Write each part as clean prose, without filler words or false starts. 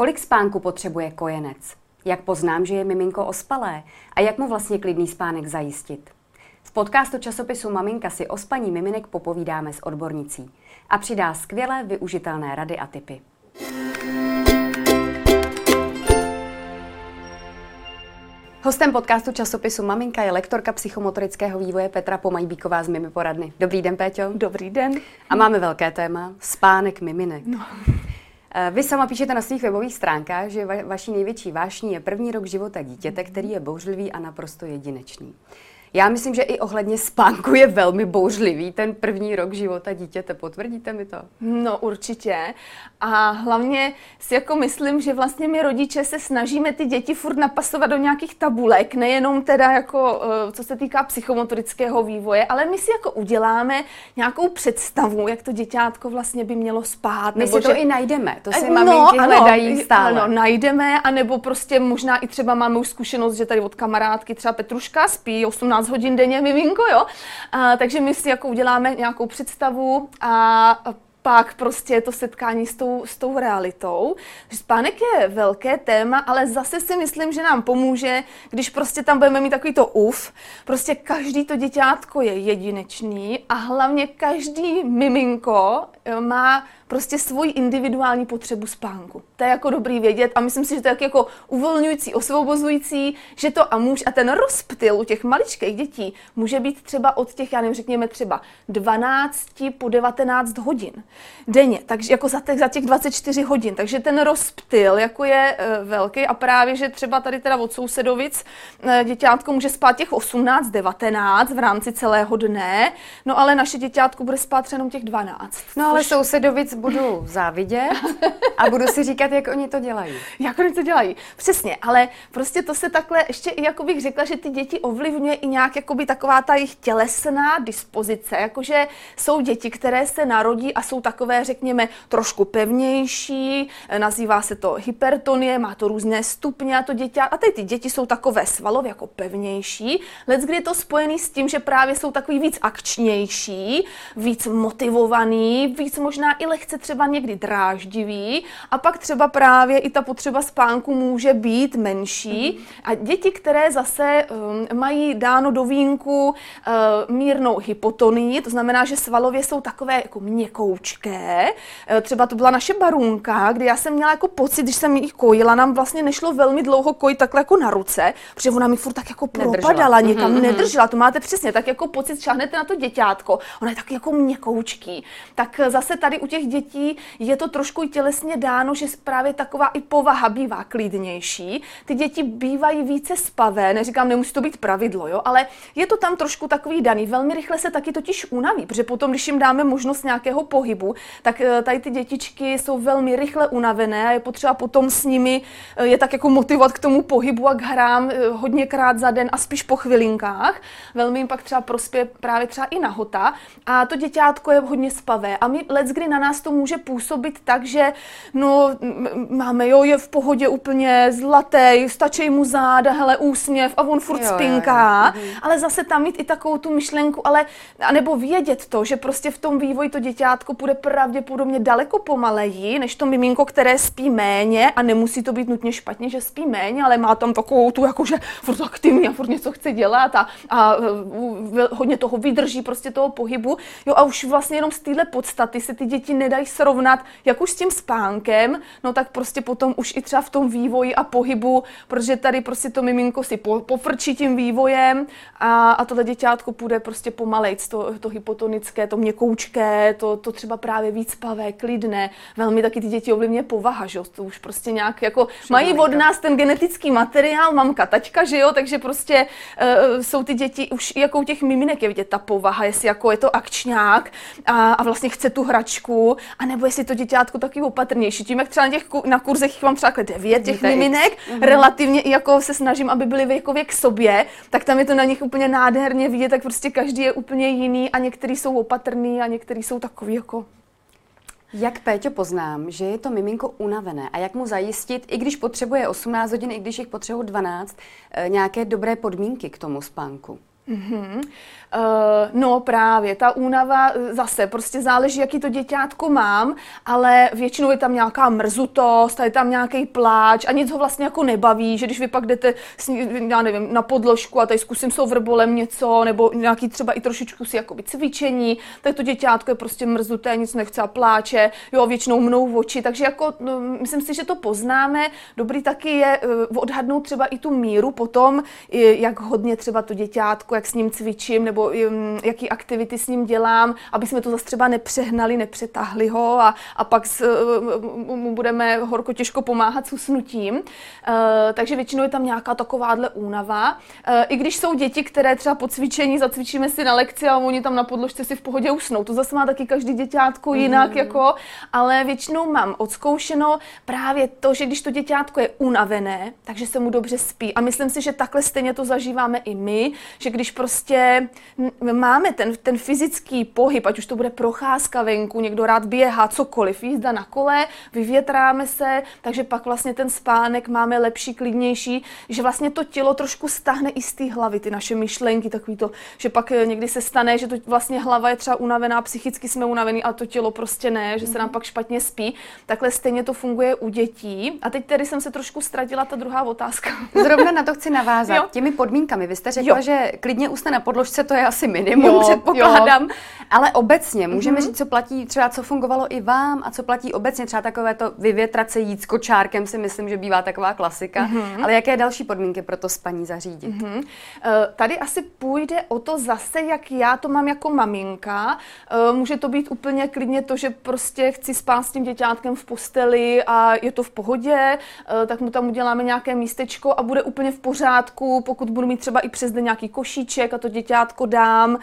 Kolik spánku potřebuje kojenec? Jak poznám, že je miminko ospalé? A jak mu vlastně klidný spánek zajistit? V podcastu časopisu Maminka si o spaní miminek popovídáme s odbornicí a přidá skvělé využitelné rady a tipy. Hostem podcastu časopisu Maminka je lektorka psychomotorického vývoje Petra Pomajbíková z Mimi poradny. Dobrý den, Péťo. Dobrý den. A máme velké téma, spánek miminek. No. Vy sama píšete na svých webových stránkách, že vaší největší vášní je první rok života dítěte, který je bouřlivý a naprosto jedinečný. Já myslím, že i ohledně spánku je velmi bouřlivý ten první rok života dítěte. Potvrdíte mi to? No určitě. A hlavně si jako myslím, že vlastně my rodiče se snažíme ty děti furt napasovat do nějakých tabulek, nejenom teda jako co se týká psychomotorického vývoje, ale my si jako uděláme nějakou představu, jak to děťátko vlastně by mělo spát. My si to i najdeme, to si no, maminky hledají stále. Ano, najdeme, anebo prostě možná i třeba máme už zkušenost, že tady od kamarádky třeba Petruška spí 18 hodin denně miminko, jo. Takže my si jako uděláme nějakou představu a pak prostě to setkání s tou realitou. Spánek je velké téma, ale zase si myslím, že nám pomůže, když prostě tam budeme mít takový to prostě každý to děťátko je jedinečný a hlavně každý miminko má prostě svoji individuální potřebu spánku. To je jako dobrý vědět a myslím si, že to je jako uvolňující, osvobozující, že to a ten rozptyl u těch maličkých dětí může být třeba od těch, já nevím, řekněme třeba 12 po 19 hodin denně, takže jako za těch 24 hodin, takže ten rozptyl jako je velký a právě, že třeba tady teda od sousedovic děťátko může spát těch 18-19 v rámci celého dne, no ale naše děťátko bude spát třeba jenom těch 12. No ale sousedovic budu závidět a budu si říkat, jak oni to dělají. Jak oni to dělají, přesně, ale prostě to se takhle, ještě i jako bych řekla, že ty děti ovlivňuje i nějak jakoby taková ta jejich tělesná dispozice, jakože jsou děti, které se narodí a jsou takové, řekněme, trošku pevnější, nazývá se to hypertonie, má to různé stupně a to dítě, a tady ty děti jsou takové svalově jako pevnější, leckdy je to spojený s tím, že právě jsou takový víc akčnější, víc motivovaný, víc možná i lehce třeba někdy dráždivý a pak třeba právě i ta potřeba spánku může být menší. A děti, které zase mají dáno do vínku mírnou hypotonii, to znamená, že svalově jsou takové jako měkoučké. Třeba to byla naše Barunka, kdy já jsem měla jako pocit, když jsem jí kojila, nám vlastně nešlo velmi dlouho kojit takhle jako na ruce, protože ona mi furt tak jako propadala někam, nedržela. To máte přesně tak jako pocit, šáhnete na to děťátko, ona je taky jako měkoučký. Tak zase tady u těch dětí je to trošku tělesně dáno, že právě taková i povaha bývá klidnější. Ty děti bývají více spavé, neříkám, nemusí to být pravidlo, jo, ale je to tam trošku takový daný. Velmi rychle se taky totiž unaví, protože potom, když jim dáme možnost nějakého pohybu, tak tady ty dětičky jsou velmi rychle unavené a je potřeba potom s nimi je tak jako motivovat k tomu pohybu a k hrám hodněkrát za den a spíš po chvilinkách. Velmi jim pak třeba prospěje právě třeba i nahota a to děťátko je hodně spavé a my leckdy na nás to může působit tak, že no máme, jo, je v pohodě úplně zlatý, stačí mu záda, hele, úsměv a on furt spinká, ale zase tam mít i takovou tu myšlenku, ale nebo vědět to, že prostě v tom vývoji to děťátko půjde pravděpodobně daleko pomaleji, než to miminko, které spí méně a nemusí to být nutně špatně, že spí méně, ale má tam takovou tu jakože furt aktivní a furt něco chce dělat a hodně toho vydrží prostě toho pohybu. Jo a už vlastně jenom z téhle podstaty se ty děti nedají srovnat, jak už s tím spánkem, no tak prostě potom už i třeba v tom vývoji a pohybu, protože tady prostě to miminko si pofrčí tím vývojem a tohle děťátko půjde prostě pomalejc, to hypotonické, to měkoučké, to třeba právě víc spavé, klidné. Velmi taky ty děti ovlivňuje povaha, že jo, to už prostě nějak jako mají od nás ten genetický materiál, mamka, taťka, že jo, takže prostě jsou ty děti už jako u těch miminek je vidět ta povaha, jestli jako je to akčňák a vlastně chce tu hračku, anebo jestli to děťátko taky opatrnější. Tím, jak třeba na kurzech mám třeba 9 těch miminek, relativně i jako se snažím, aby byly věkově k sobě, tak tam je to na nich úplně nádherně vidět, tak prostě každý je úplně jiný a některý jsou opatrný a některý jsou takový jako... Jak, Péťo, poznám, že je to miminko unavené a jak mu zajistit, i když potřebuje 18 hodin, i když jich potřebuje 12, nějaké dobré podmínky k tomu spánku? No právě, ta únava zase prostě záleží, jaký to děťátko mám, ale většinou je tam nějaká mrzutost, je tam nějaký pláč a nic ho vlastně jako nebaví, že když vy pak jdete, já nevím, na podložku a tady zkusím s vrbolem něco, nebo nějaký třeba i trošičku si jakoby cvičení, tak to děťátko je prostě mrzuté, nic nechce a pláče, jo, většinou mnou oči, takže jako myslím si, že to poznáme. Dobrý taky je odhadnout třeba i tu míru potom, jak hodně třeba to děťátko, jak s ním cvičím, nebo jaký aktivity s ním dělám, aby jsme to zase třeba nepřehnali, nepřetáhli ho a pak mu budeme horko těžko pomáhat s usnutím. Takže většinou je tam nějaká takováhle únava. I když jsou děti, které třeba po cvičení zacvičíme si na lekci a oni tam na podložce si v pohodě usnou. To zase má taky každý děťátko jinak, jako, ale většinou mám odzkoušeno právě to, že když to děťátko je unavené, takže se mu dobře spí. A myslím si, že takhle stejně to zažíváme i my, že když prostě máme ten fyzický pohyb, ať už to bude procházka venku, někdo rád běhá, cokoliv, jízda na kole, vyvětráme se, takže pak vlastně ten spánek máme lepší, klidnější, že vlastně to tělo trošku stáhne i z té hlavy, ty naše myšlenky, takový to, že pak někdy se stane, že to vlastně hlava je třeba unavená, psychicky jsme unavený, a to tělo prostě ne, že se nám pak špatně spí. Takhle stejně to funguje u dětí. A teď tedy jsem se trošku ztratila, ta druhá otázka. Zrovna na to chci navázat. Jo. Těmi podmínkami. Vy jste řekla, že klidně usne na podložce, to je asi minimum, předpokládám. Ale obecně můžeme říct, co platí, třeba co fungovalo i vám a co platí obecně, třeba takové to vyvětrat se, jít s kočárkem, si myslím, že bývá taková klasika. Ale jaké další podmínky pro to spaní zařídit? Tady asi půjde o to zase, jak já to mám jako maminka. Může to být úplně klidně to, že prostě chci spát s tím děťátkem v posteli a je to v pohodě, tak mu tam uděláme nějaké místečko a bude úplně v pořádku, pokud budu mít třeba i přes den nějaký košíček a to děťátko dám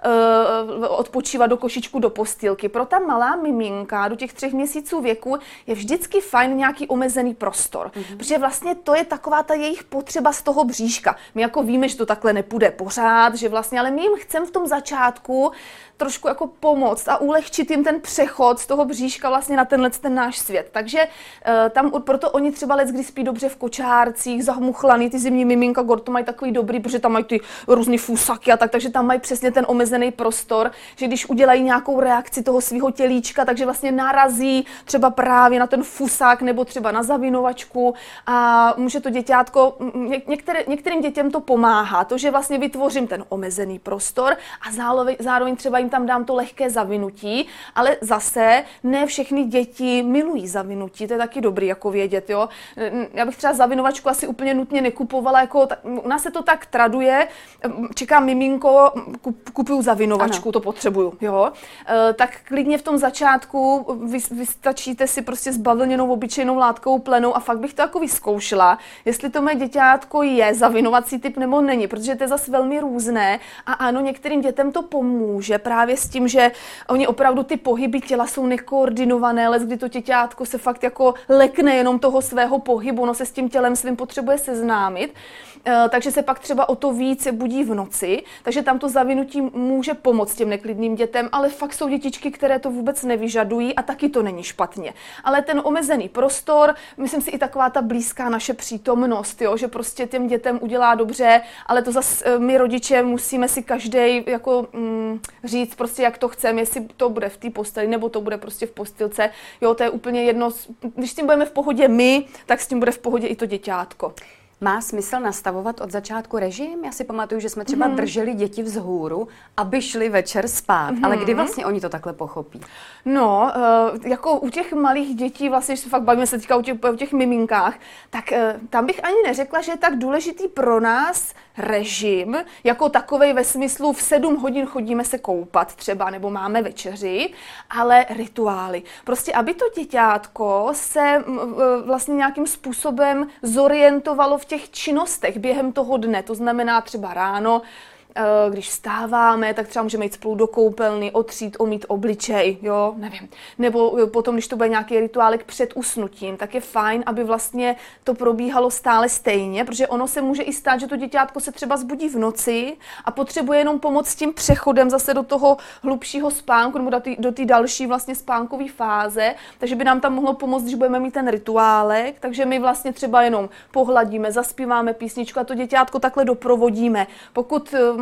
odpočívat do košíčku do postýlky. Pro ta malá miminka do těch 3 měsíců věku je vždycky fajn nějaký omezený prostor, protože vlastně to je taková ta jejich potřeba z toho bříška. My jako víme, že to takhle nepůjde pořád, že vlastně, ale my jim chceme v tom začátku trošku jako pomoct a ulehčit jim ten přechod z toho bříška vlastně na ten náš svět. Takže tam proto oni třeba leckdy spí dobře v kočárcích, zahmuchlaný, ty zimní miminka to mají takový dobrý, protože tam mají ty různý fusaky a tak, takže tam mají přesně ten omezený prostor, že když udělají nějakou reakci toho svého tělíčka, takže vlastně narazí třeba právě na ten fusák nebo třeba na zavinovačku a může to děťátko, některým dětem to pomáhá, to, že vlastně vytvořím ten omezený prostor a zároveň třeba jim tam dám to lehké zavinutí, ale zase ne všechny děti milují zavinutí, to je taky dobrý jako vědět, jo. Já bych třeba zavinovačku asi úplně nutně nekupovala, jako u nás se to tak traduje, čekám miminko, kupuju zavinovačku, to potřebuju, jo. Tak klidně v tom začátku vystačíte si prostě s bavlněnou obyčejnou látkou plenou a fakt bych to jako vyzkoušela, jestli to mé děťátko je zavinovací typ nebo není, protože to je zase velmi různé a ano, některým dětem to pomůže právě s tím, že oni opravdu ty pohyby těla jsou nekoordinované, ale kdy to děťátko se fakt jako lekne jenom toho svého pohybu, ono se s tím tělem svým potřebuje seznámit, takže se pak třeba o to víc budí v noci, takže tam to zavinutí může pomoct těm neklidným dětem, ale fakt jsou dětičky, které to vůbec nevyžadují a taky to není špatně. Ale ten omezený prostor, myslím si i taková ta blízká naše přítomnost, jo, že prostě těm dětem udělá dobře, ale to zase my rodiče musíme si každý jako říct prostě, jak to chceme, jestli to bude v té posteli, nebo to bude prostě v postýlce. Jo, to je úplně jedno, když s tím budeme v pohodě my, tak s tím bude v pohodě i to děťátko. Má smysl nastavovat od začátku režim? Já si pamatuju, že jsme třeba drželi děti vzhůru, aby šli večer spát. Ale kdy vlastně oni to takhle pochopí? No, jako u těch malých dětí, vlastně, že fakt bavíme se teďka o těch miminkách, tak tam bych ani neřekla, že je tak důležitý pro nás režim, jako takovej ve smyslu v 7 hodin chodíme se koupat třeba, nebo máme večeři, ale rituály. Prostě, aby to děťátko se vlastně nějakým způsobem zorientovalo v těch činnostech během toho dne, to znamená třeba ráno, když vstáváme, tak třeba můžeme jít spolu do koupelny, otřít, omýt obličej, jo, nevím. Nebo potom, když to bude nějaký rituálek před usnutím, tak je fajn, aby vlastně to probíhalo stále stejně, protože ono se může i stát, že to děťátko se třeba zbudí v noci a potřebuje jenom pomoct s tím přechodem zase do toho hlubšího spánku nebo do té další vlastně spánkové fáze, takže by nám tam mohlo pomoct, když budeme mít ten rituálek, takže my vlastně třeba jenom pohladíme, zaspíváme písničku a to děťátko takhle doprovodíme. Pokud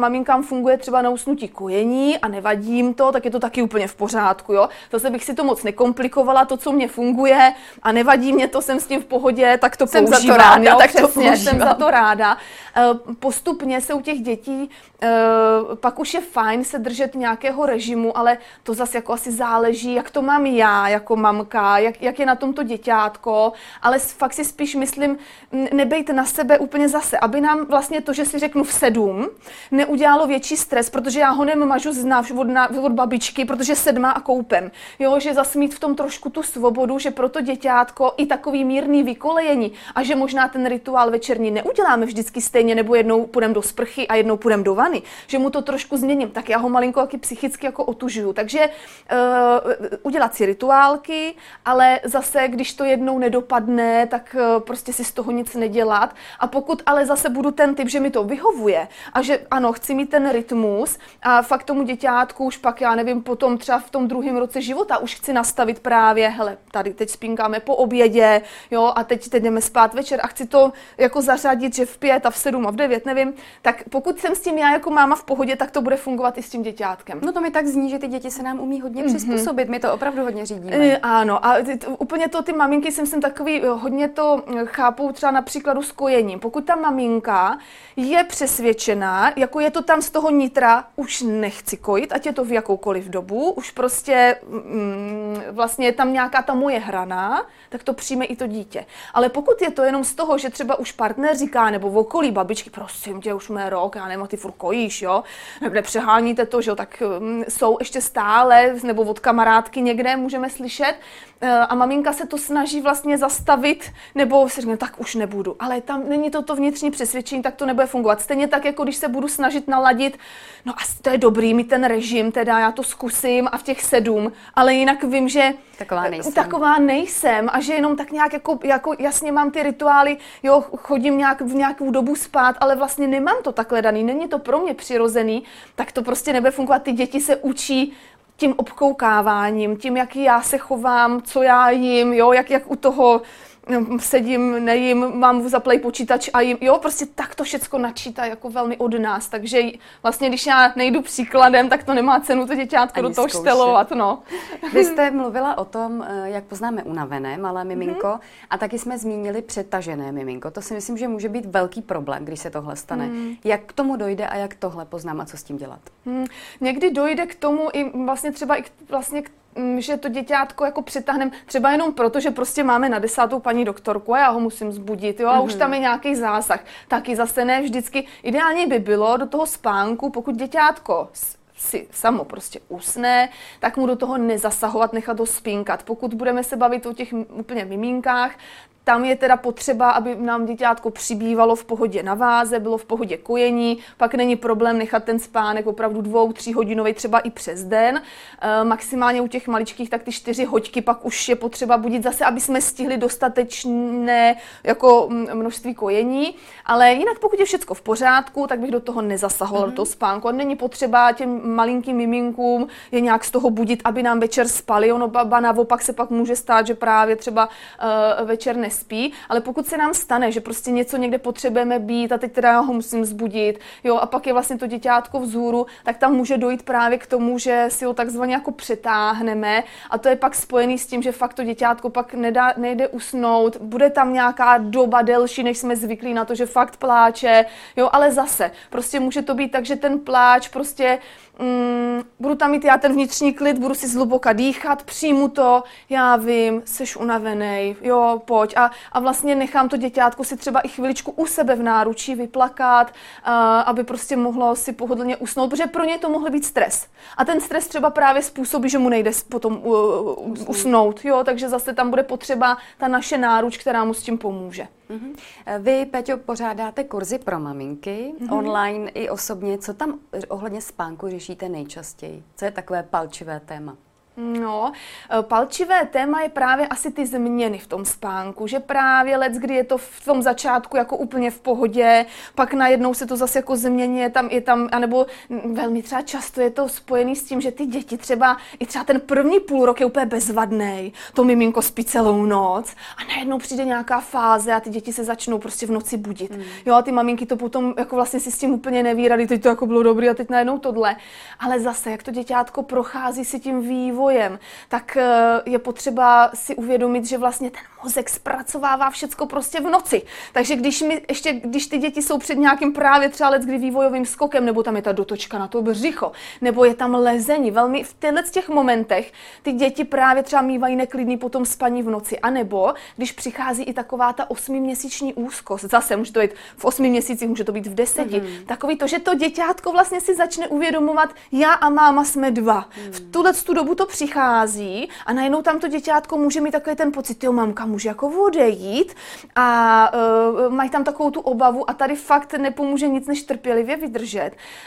maminkám funguje třeba na usnutí kojení a nevadí jim to, tak je to taky úplně v pořádku, jo. Zase bych si to moc nekomplikovala, to, co mě funguje a nevadí mě to, jsem s tím v pohodě, tak to používám, za to ráda, jo, tak to přesně, jsem za to ráda. Postupně se u těch dětí pak už je fajn se držet nějakého režimu, ale to zase jako asi záleží, jak to mám já jako mamka, jak je na tom to děťátko, ale fakt si spíš myslím, nebejt na sebe úplně zase, aby nám vlastně to, že si řeknu v 7, neudělalo větší stres, protože já ho nemažu od babičky, protože 7 a koupem. Jo, že zase mít v tom trošku tu svobodu, že pro to děťátko i takový mírný vykolejení a že možná ten rituál večerní neuděláme vždycky stejně, nebo jednou půjdeme do sprchy a jednou půjdeme do vany, že mu to trošku změním, tak já ho malinko taky psychicky jako otužuju. Takže udělat si rituálky, ale zase, když to jednou nedopadne, tak prostě si z toho nic nedělat. A pokud ale zase budu ten typ, že mi to vyhovuje a že ano, chci mít ten rytmus a fakt tomu děťátku už pak, já nevím, potom třeba v tom 2. roce života už chci nastavit právě, hele, tady teď spínkáme po obědě, jo, a teď jdeme spát večer a chci to jako zařadit, že v 5 a v 7 a v 9, nevím, tak pokud jsem s tím já jako máma v pohodě, tak to bude fungovat i s tím děťátkem. No to mi tak zní, že ty děti se nám umí hodně přizpůsobit, my to opravdu hodně řídíme. Ano, a úplně to ty maminky jsem takový, hodně to chápou třeba na příkladu s kojením. Pokud ta maminka je přesvědčená, jako je to tam z toho nitra, už nechci kojit, ať je to v jakoukoliv dobu, už prostě vlastně je tam nějaká ta moje hrana, tak to přijme i to dítě. Ale pokud je to jenom z toho, že třeba už partner říká, nebo v okolí babičky, prosím tě, už mě rok, já nevím, ty furt kojíš, jo, nepřeháníte to, že jo, tak jsou ještě stále, nebo od kamarádky někde můžeme slyšet, a maminka se to snaží vlastně zastavit, nebo si řekne, tak už nebudu. Ale tam není to vnitřní přesvědčení, tak to nebude fungovat. Stejně tak, jako když se budu snažit naladit, no a to je dobrý, mít ten režim, teda já to zkusím a v těch 7, ale jinak vím, že taková nejsem a že jenom tak nějak jako jasně mám ty rituály, jo, chodím v nějakou dobu spát, ale vlastně nemám to takhle daný, není to pro mě přirozený, tak to prostě nebude fungovat. Ty děti se učí tím obkoukáváním, tím, jak já se chovám, co já jim, jo, jak u toho sedím, nejím, mám zaplej počítač a jim, jo, prostě tak to všecko načítá jako velmi od nás, takže vlastně, když já nejdu příkladem, tak to nemá cenu to děťátko do toho štelovat, no. Vy jste mluvila o tom, jak poznáme unavené malé miminko a taky jsme zmínili přetažené miminko. To si myslím, že může být velký problém, když se tohle stane. Jak k tomu dojde a jak tohle poznám a co s tím dělat? Někdy dojde k tomu i vlastně třeba že to děťátko jako přetáhneme třeba jenom proto, že prostě máme na 10. paní doktorku a já ho musím zbudit, jo, a už tam je nějaký zásah. Taky zase ne vždycky. Ideálně by bylo do toho spánku, pokud děťátko si samo prostě usne, tak mu do toho nezasahovat, nechat ho spínkat. Pokud budeme se bavit o těch úplně miminkách, tam je teda potřeba, aby nám děťátko přibývalo v pohodě na váze, bylo v pohodě kojení, pak není problém nechat ten spánek opravdu 2-3 hodinový třeba i přes den. Maximálně u těch maličkých tak ty 4 hoďky pak už je potřeba budit zase, aby jsme stihli dostatečné jako množství kojení, ale jinak pokud je všecko v pořádku, tak bych do toho nezasahovala do toho spánku. A není potřeba těm malinkým miminkům je nějak z toho budit, aby nám večer spali. Ono naopak se pak může stát, že právě třeba večer nespí, ale pokud se nám stane, že prostě něco někde potřebujeme být a teď teda ho musím vzbudit, jo, a pak je vlastně to děťátko vzhůru, tak tam může dojít právě k tomu, že si ho takzvaně jako přetáhneme a to je pak spojený s tím, že fakt to děťátko pak nejde usnout, bude tam nějaká doba delší, než jsme zvyklí na to, že fakt pláče, jo, ale zase, prostě může to být tak, že ten pláč prostě budu tam mít já ten vnitřní klid, budu si zhluboka dýchat, přijmu to, já vím, seš unavenej, jo, pojď. A vlastně nechám to děťátko si třeba i chviličku u sebe v náručí vyplakat, aby prostě mohlo si pohodlně usnout, protože pro ně to mohl být stres. A ten stres třeba právě způsobí, že mu nejde potom usnout, jo, takže zase tam bude potřeba ta naše náruč, která mu s tím pomůže. Vy, Peťo, pořádáte kurzy pro maminky, online i osobně. Co tam ohledně spánku řešíte nejčastěji? Co je takové palčivé téma? No, palčivé téma je právě asi ty změny v tom spánku, že právě kdy je to v tom začátku jako úplně v pohodě, pak najednou se to zase jako změní, je tam, anebo velmi třeba často je to spojený s tím, že ty děti třeba ten první půl rok je úplně bezvadnej, to miminko spí celou noc a najednou přijde nějaká fáze a ty děti se začnou prostě v noci budit. Jo, a ty maminky to potom jako vlastně si s tím úplně neví, teď to jako bylo dobrý a teď najednou tohle. Ale zase, jak to děťátko prochází si tím vývojem, tak je potřeba si uvědomit, že vlastně ten mozek zpracovává všecko prostě v noci. Takže když ty děti jsou před nějakým právě třeba kdy vývojovým skokem, nebo tam je ta dotočka na to břicho, nebo je tam lezení, velmi v těch momentech ty děti právě třeba mývají neklidný potom spaní v noci. A nebo když přichází i taková ta 8měsíční úzkost, zase může to být v 8 měsících, může to být v 10, takový to, že to děťátko vlastně si začne uvědomovat, já a máma jsme dva. V tu dobu to přichází a najednou tam to děťátko může mít takový ten pocit, jo, mamka může jako odejít a mají tam takovou tu obavu a tady fakt nepomůže nic, než trpělivě vydržet.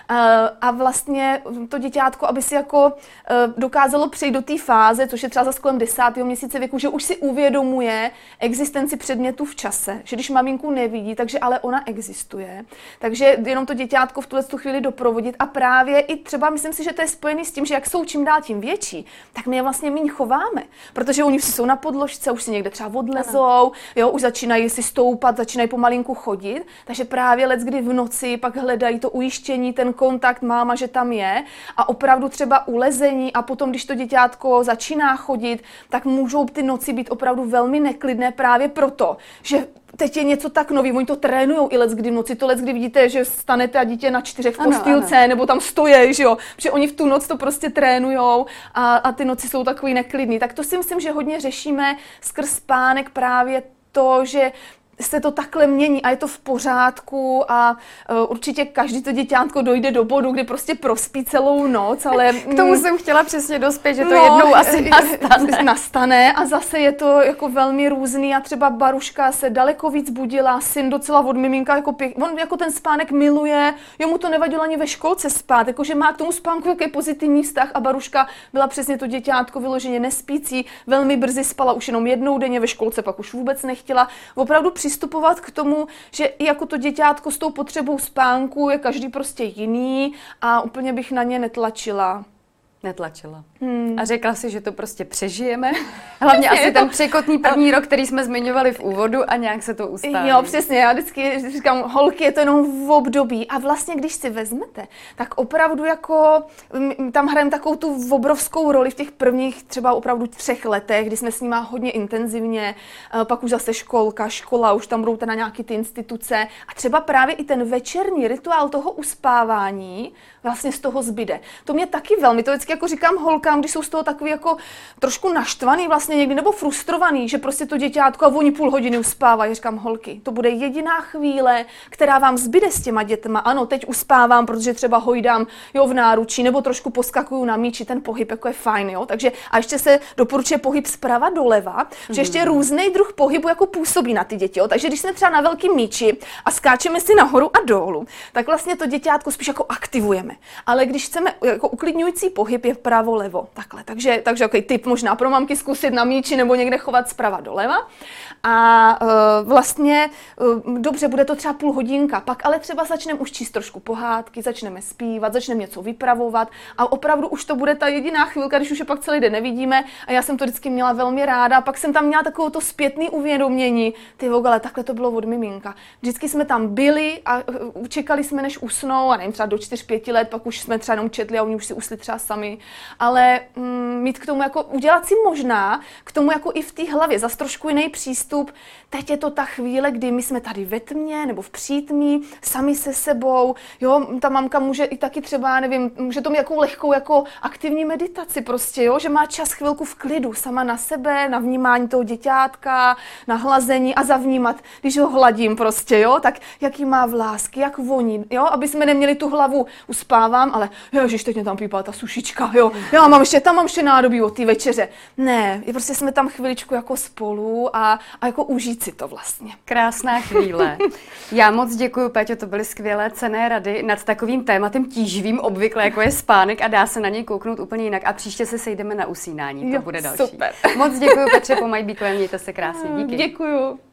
A vlastně to děťátko, aby si jako dokázalo přejít do té fáze, což je třeba za kolem 10. měsíce věku, že už si uvědomuje existenci předmětu v čase, že když maminku nevidí, takže ale ona existuje. Takže jenom to děťátko v tu chvíli doprovodit a právě i třeba, myslím si, že to je spojený s tím, že jak jsou čím dál tím větší, tak my je vlastně méně chováme, protože oni si jsou na podložce, už si někde třeba odlezou, jo, už začínají si stoupat, začínají pomalinku chodit, takže právě kdy v noci pak hledají to ujištění, ten kontakt máma, že tam je a opravdu třeba ulezení a potom, když to děťátko začíná chodit, tak můžou ty noci být opravdu velmi neklidné právě proto, že teď je něco tak nový, oni to trénujou i kdy v noci, to kdy vidíte, že stanete a dítě na 4 v postýlce, nebo tam stojí, že jo, protože oni v tu noc to prostě trénujou a ty noci jsou takový neklidný. Tak to si myslím, že hodně řešíme skrz spánek právě to, že se to takhle mění a je to v pořádku a určitě každý to děťátko dojde do bodu, kdy prostě prospí celou noc, ale... K tomu jsem chtěla přesně dospět, že to jednou asi nastane a zase je to jako velmi různý a třeba Baruška se daleko víc budila, syn docela od miminka, on jako ten spánek miluje, jemu to nevadilo ani ve školce spát, jakože má k tomu spánku jaký pozitivní vztah a Baruška byla přesně to děťátko vyloženě nespící, velmi brzy spala už jenom jednou denně, ve školce pak už vůbec nechtěla, opravdu přistupovat k tomu, že i jako to děťátko s tou potřebou spánku je každý prostě jiný a úplně bych na ně netlačila. A řekla si, že to prostě přežijeme. Hlavně asi ten překotný první rok, který jsme zmiňovali v úvodu a nějak se to ustálí. Jo, přesně. Já vždycky říkám, holky, je to jenom v období. A vlastně, když si vezmete, tak opravdu jako tam hrajeme takovou tu obrovskou roli v těch prvních třeba opravdu 3 letech, kdy jsme s nima hodně intenzivně, pak už zase škola, už tam budou teda nějaký ty instituce a třeba právě i ten večerní rituál toho uspávání vlastně z toho zbyde. To mě taky velmi, to vždycky jako říkám holkám, když jsou z toho takový jako trošku naštvaný vlastně někdy nebo frustrovaný, že prostě to děťátko a oni půl hodiny uspávají. Říkám holky, to bude jediná chvíle, která vám zbyde s těma dětma. Ano, teď uspávám, protože třeba hojdám v náručí nebo trošku poskakuju na míči, ten pohyb jako je fajn, jo. Takže a ještě se doporučuje pohyb zprava doleva, že ještě různý druh pohybu jako působí na ty děti, jo. Takže když jsme třeba na velkým míči a skáčeme si nahoru a dolů, tak vlastně to děťátko spíš jako aktivujeme. Ale když chceme jako uklidňující pohyb je vpravo levo, takhle. Takže okay, tip možná pro mamky zkusit na míči nebo někde chovat zprava doleva. A vlastně dobře, bude to třeba půl hodinka, pak ale třeba začneme už číst trošku pohádky, začneme zpívat, začneme něco vypravovat a opravdu už to bude ta jediná chvilka, když už je pak celý den nevidíme a já jsem to vždycky měla velmi ráda a pak jsem tam měla takové to zpětné uvědomění, ty vogale, takhle to bylo od miminka. Vždycky jsme tam byli a čekali jsme, než usnou a nevím, třeba do 4-5 let, pak už jsme třeba jenom četli a oni už si usli třeba sami, ale mít k tomu jako, udělat si možná k tomu jako i v té hlavě zas trošku jiný přístup. Teď je to ta chvíle, kdy my jsme tady ve tmě nebo v přítmí, sami se sebou, jo, ta mamka může i taky třeba, nevím, může to mít jakou lehkou jako aktivní meditaci prostě, jo, že má čas chvilku v klidu, sama na sebe, na vnímání toho děťátka, na hlazení a zavnímat, když ho hladím prostě, jo, tak jaký má vlásky, jak voní, jo, aby jsme neměli tu hlavu, uspávám, ale ježiš, teď mě tam pípá ta sušička. večerečka, jo. Tam mám ještě nádobí od té večeře. Ne, prostě jsme tam chviličku jako spolu a jako užít si to vlastně. Krásná chvíle. Já moc děkuji, Péťo, to byly skvělé cenné rady nad takovým tématem tíživým obvykle, jako je spánek a dá se na něj kouknout úplně jinak. A příště se sejdeme na usínání, to bude další. Super. Moc děkuji, Petře, po Majbíkové, mějte se krásně. Díky. Děkuju.